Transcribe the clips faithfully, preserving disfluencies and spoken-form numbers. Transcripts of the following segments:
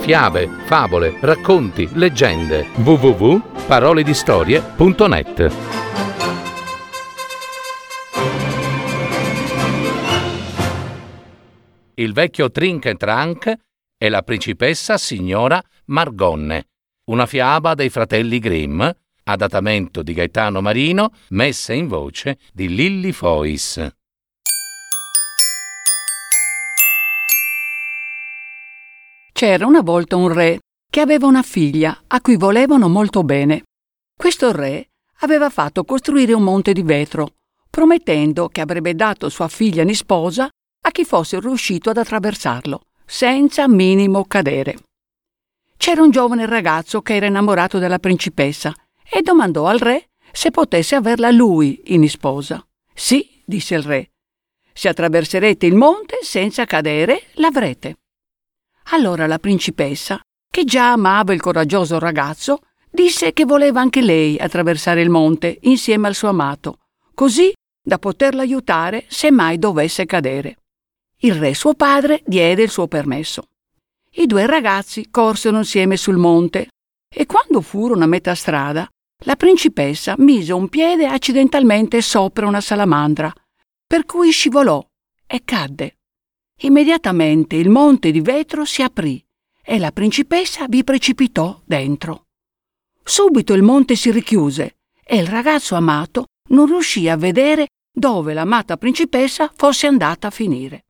fiabe, favole, racconti, leggende. w w w punto paroledistorie punto net. Il vecchio Trinc e Tranc e la principessa signora Margonne, una fiaba dei fratelli Grimm, adattamento di Gaetano Marino, messa in voce di Lilli Fois. C'era una volta un re che aveva una figlia a cui volevano molto bene. Questo re aveva fatto costruire un monte di vetro, promettendo che avrebbe dato sua figlia in sposa a chi fosse riuscito ad attraversarlo, senza minimo cadere. C'era un giovane ragazzo che era innamorato della principessa e domandò al re se potesse averla lui in sposa. «Sì», disse il re, «se attraverserete il monte senza cadere, l'avrete». Allora la principessa, che già amava il coraggioso ragazzo, disse che voleva anche lei attraversare il monte insieme al suo amato, così da poterlo aiutare se mai dovesse cadere. Il re suo padre diede il suo permesso. I due ragazzi corsero insieme sul monte e quando furono a metà strada, la principessa mise un piede accidentalmente sopra una salamandra, per cui scivolò e cadde. Immediatamente il monte di vetro si aprì e la principessa vi precipitò dentro. Subito il monte si richiuse e il ragazzo amato non riuscì a vedere dove l'amata principessa fosse andata a finire.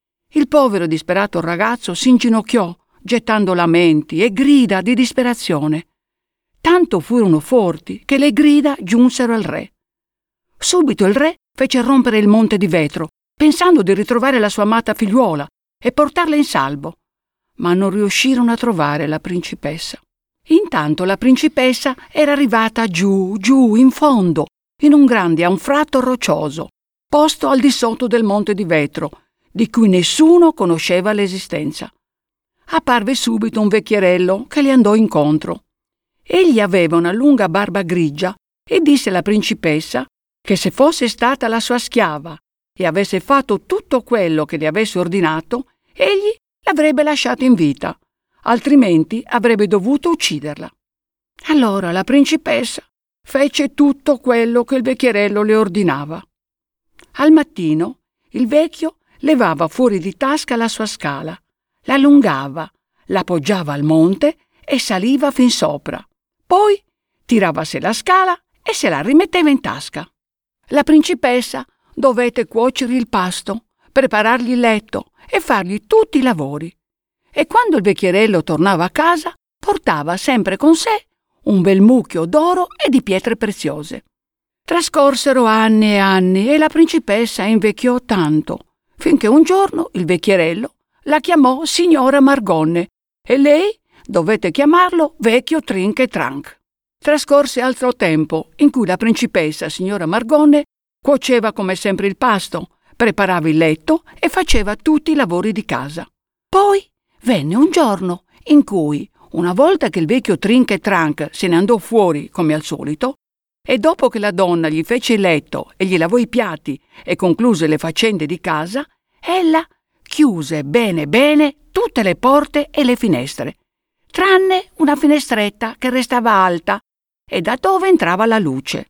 Il povero e disperato ragazzo si inginocchiò, gettando lamenti e grida di disperazione. Tanto furono forti che le grida giunsero al re. Subito il re fece rompere il monte di vetro, pensando di ritrovare la sua amata figliuola e portarla in salvo, ma non riuscirono a trovare la principessa. Intanto la principessa era arrivata giù, giù, in fondo, in un grande anfratto roccioso, posto al di sotto del monte di vetro, di cui nessuno conosceva l'esistenza. Apparve subito un vecchierello che le andò incontro. Egli aveva una lunga barba grigia e disse alla principessa che se fosse stata la sua schiava e avesse fatto tutto quello che le avesse ordinato, egli l'avrebbe lasciata in vita, altrimenti avrebbe dovuto ucciderla. Allora la principessa fece tutto quello che il vecchierello le ordinava. Al mattino il vecchio levava fuori di tasca la sua scala, la allungava, la appoggiava al monte e saliva fin sopra. Poi tirava a sé la scala e se la rimetteva in tasca. La principessa dovette cuocere il pasto, preparargli il letto e fargli tutti i lavori. E quando il vecchierello tornava a casa, portava sempre con sé un bel mucchio d'oro e di pietre preziose. Trascorsero anni e anni e la principessa invecchiò tanto, finché un giorno il vecchierello la chiamò signora Margonne e lei dovette chiamarlo vecchio Trinc e Tranc. Trascorse altro tempo in cui la principessa signora Margonne cuoceva come sempre il pasto, preparava il letto e faceva tutti i lavori di casa. Poi venne un giorno in cui, una volta che il vecchio Trinc e Tranc se ne andò fuori come al solito, e dopo che la donna gli fece il letto e gli lavò i piatti e concluse le faccende di casa, ella chiuse bene bene tutte le porte e le finestre, tranne una finestretta che restava alta e da dove entrava la luce.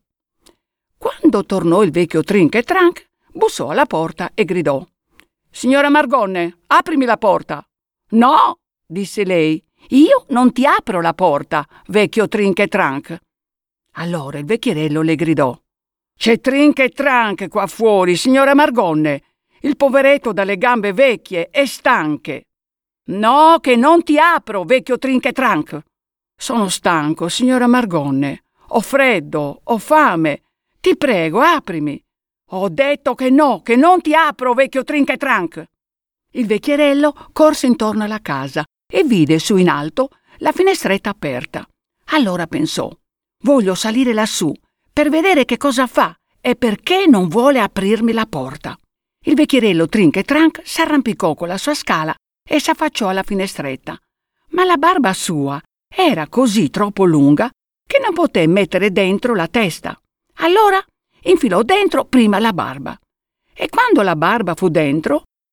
Quando tornò il vecchio Trinc e Tranc, bussò alla porta e gridò: «Signora Margonne, aprimi la porta!» «No», disse lei, «io non ti apro la porta, vecchio Trinc e Tranc». Allora il vecchierello le gridò: «C'è Trinc e Tranc qua fuori, signora Margonne! Il poveretto dalle gambe vecchie e stanche!» «No, che non ti apro, vecchio Trinc e Tranc!» «Sono stanco, signora Margonne. Ho freddo, ho fame. Ti prego, aprimi!» «Ho detto che no, che non ti apro, vecchio Trinc e Tranc!» Il vecchierello corse intorno alla casa e vide su in alto la finestretta aperta. Allora pensò: «Voglio salire lassù per vedere che cosa fa e perché non vuole aprirmi la porta». Il vecchierello Trinc e Tranc s'arrampicò con la sua scala e s'affacciò alla finestretta, ma la barba sua era così troppo lunga che non poté mettere dentro la testa. Allora infilò dentro prima la barba e quando la barba fu dentro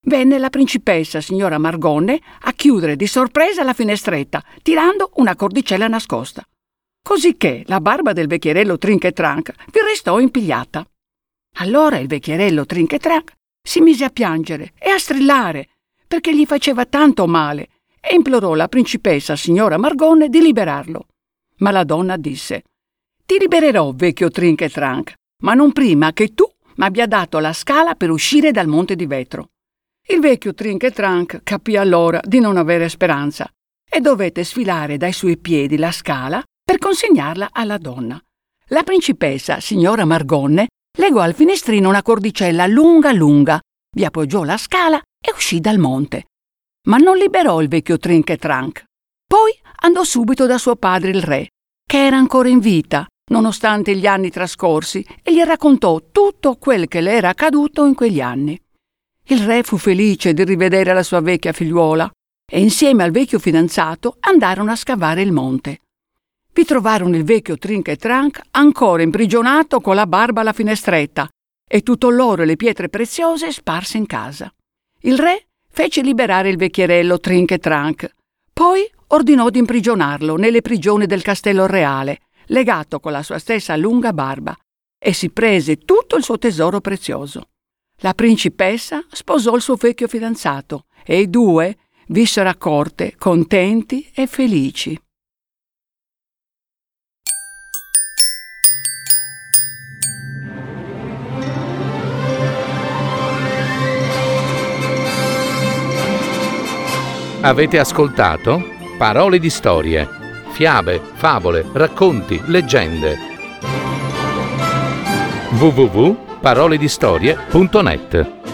venne la principessa, signora Margonne, a chiudere di sorpresa la finestretta, tirando una cordicella nascosta. Cosicché la barba del vecchierello Trinca e Tranca vi restò impigliata. Allora il vecchierello Trinca e Tranca si mise a piangere e a strillare, perché gli faceva tanto male, e implorò la principessa, signora Margonne, di liberarlo. Ma la donna disse: «Ti libererò, vecchio Trinca e Tranca, ma non prima che tu mi abbia dato la scala per uscire dal monte di vetro». Il vecchio Trinca e Tranca capì allora di non avere speranza e dovette sfilare dai suoi piedi la scala per consegnarla alla donna. La principessa, signora Margonne, legò al finestrino una cordicella lunga lunga, vi appoggiò la scala e uscì dal monte. Ma non liberò il vecchio Trinca e Tranca. Poi andò subito da suo padre il re, che era ancora in vita, nonostante gli anni trascorsi, e gli raccontò tutto quel che le era accaduto in quegli anni. Il re fu felice di rivedere la sua vecchia figliuola e insieme al vecchio fidanzato andarono a scavare il monte. Vi trovarono il vecchio Trinca e Tranca ancora imprigionato con la barba alla finestretta e tutto l'oro e le pietre preziose sparse in casa. Il re fece liberare il vecchierello Trinca e Tranca, poi ordinò di imprigionarlo nelle prigioni del castello reale, legato con la sua stessa lunga barba, e si prese tutto il suo tesoro prezioso. La principessa sposò il suo vecchio fidanzato e i due vissero a corte contenti e felici. Avete ascoltato Parole di storie, fiabe, favole, racconti, leggende. w w w punto paroledistorie punto net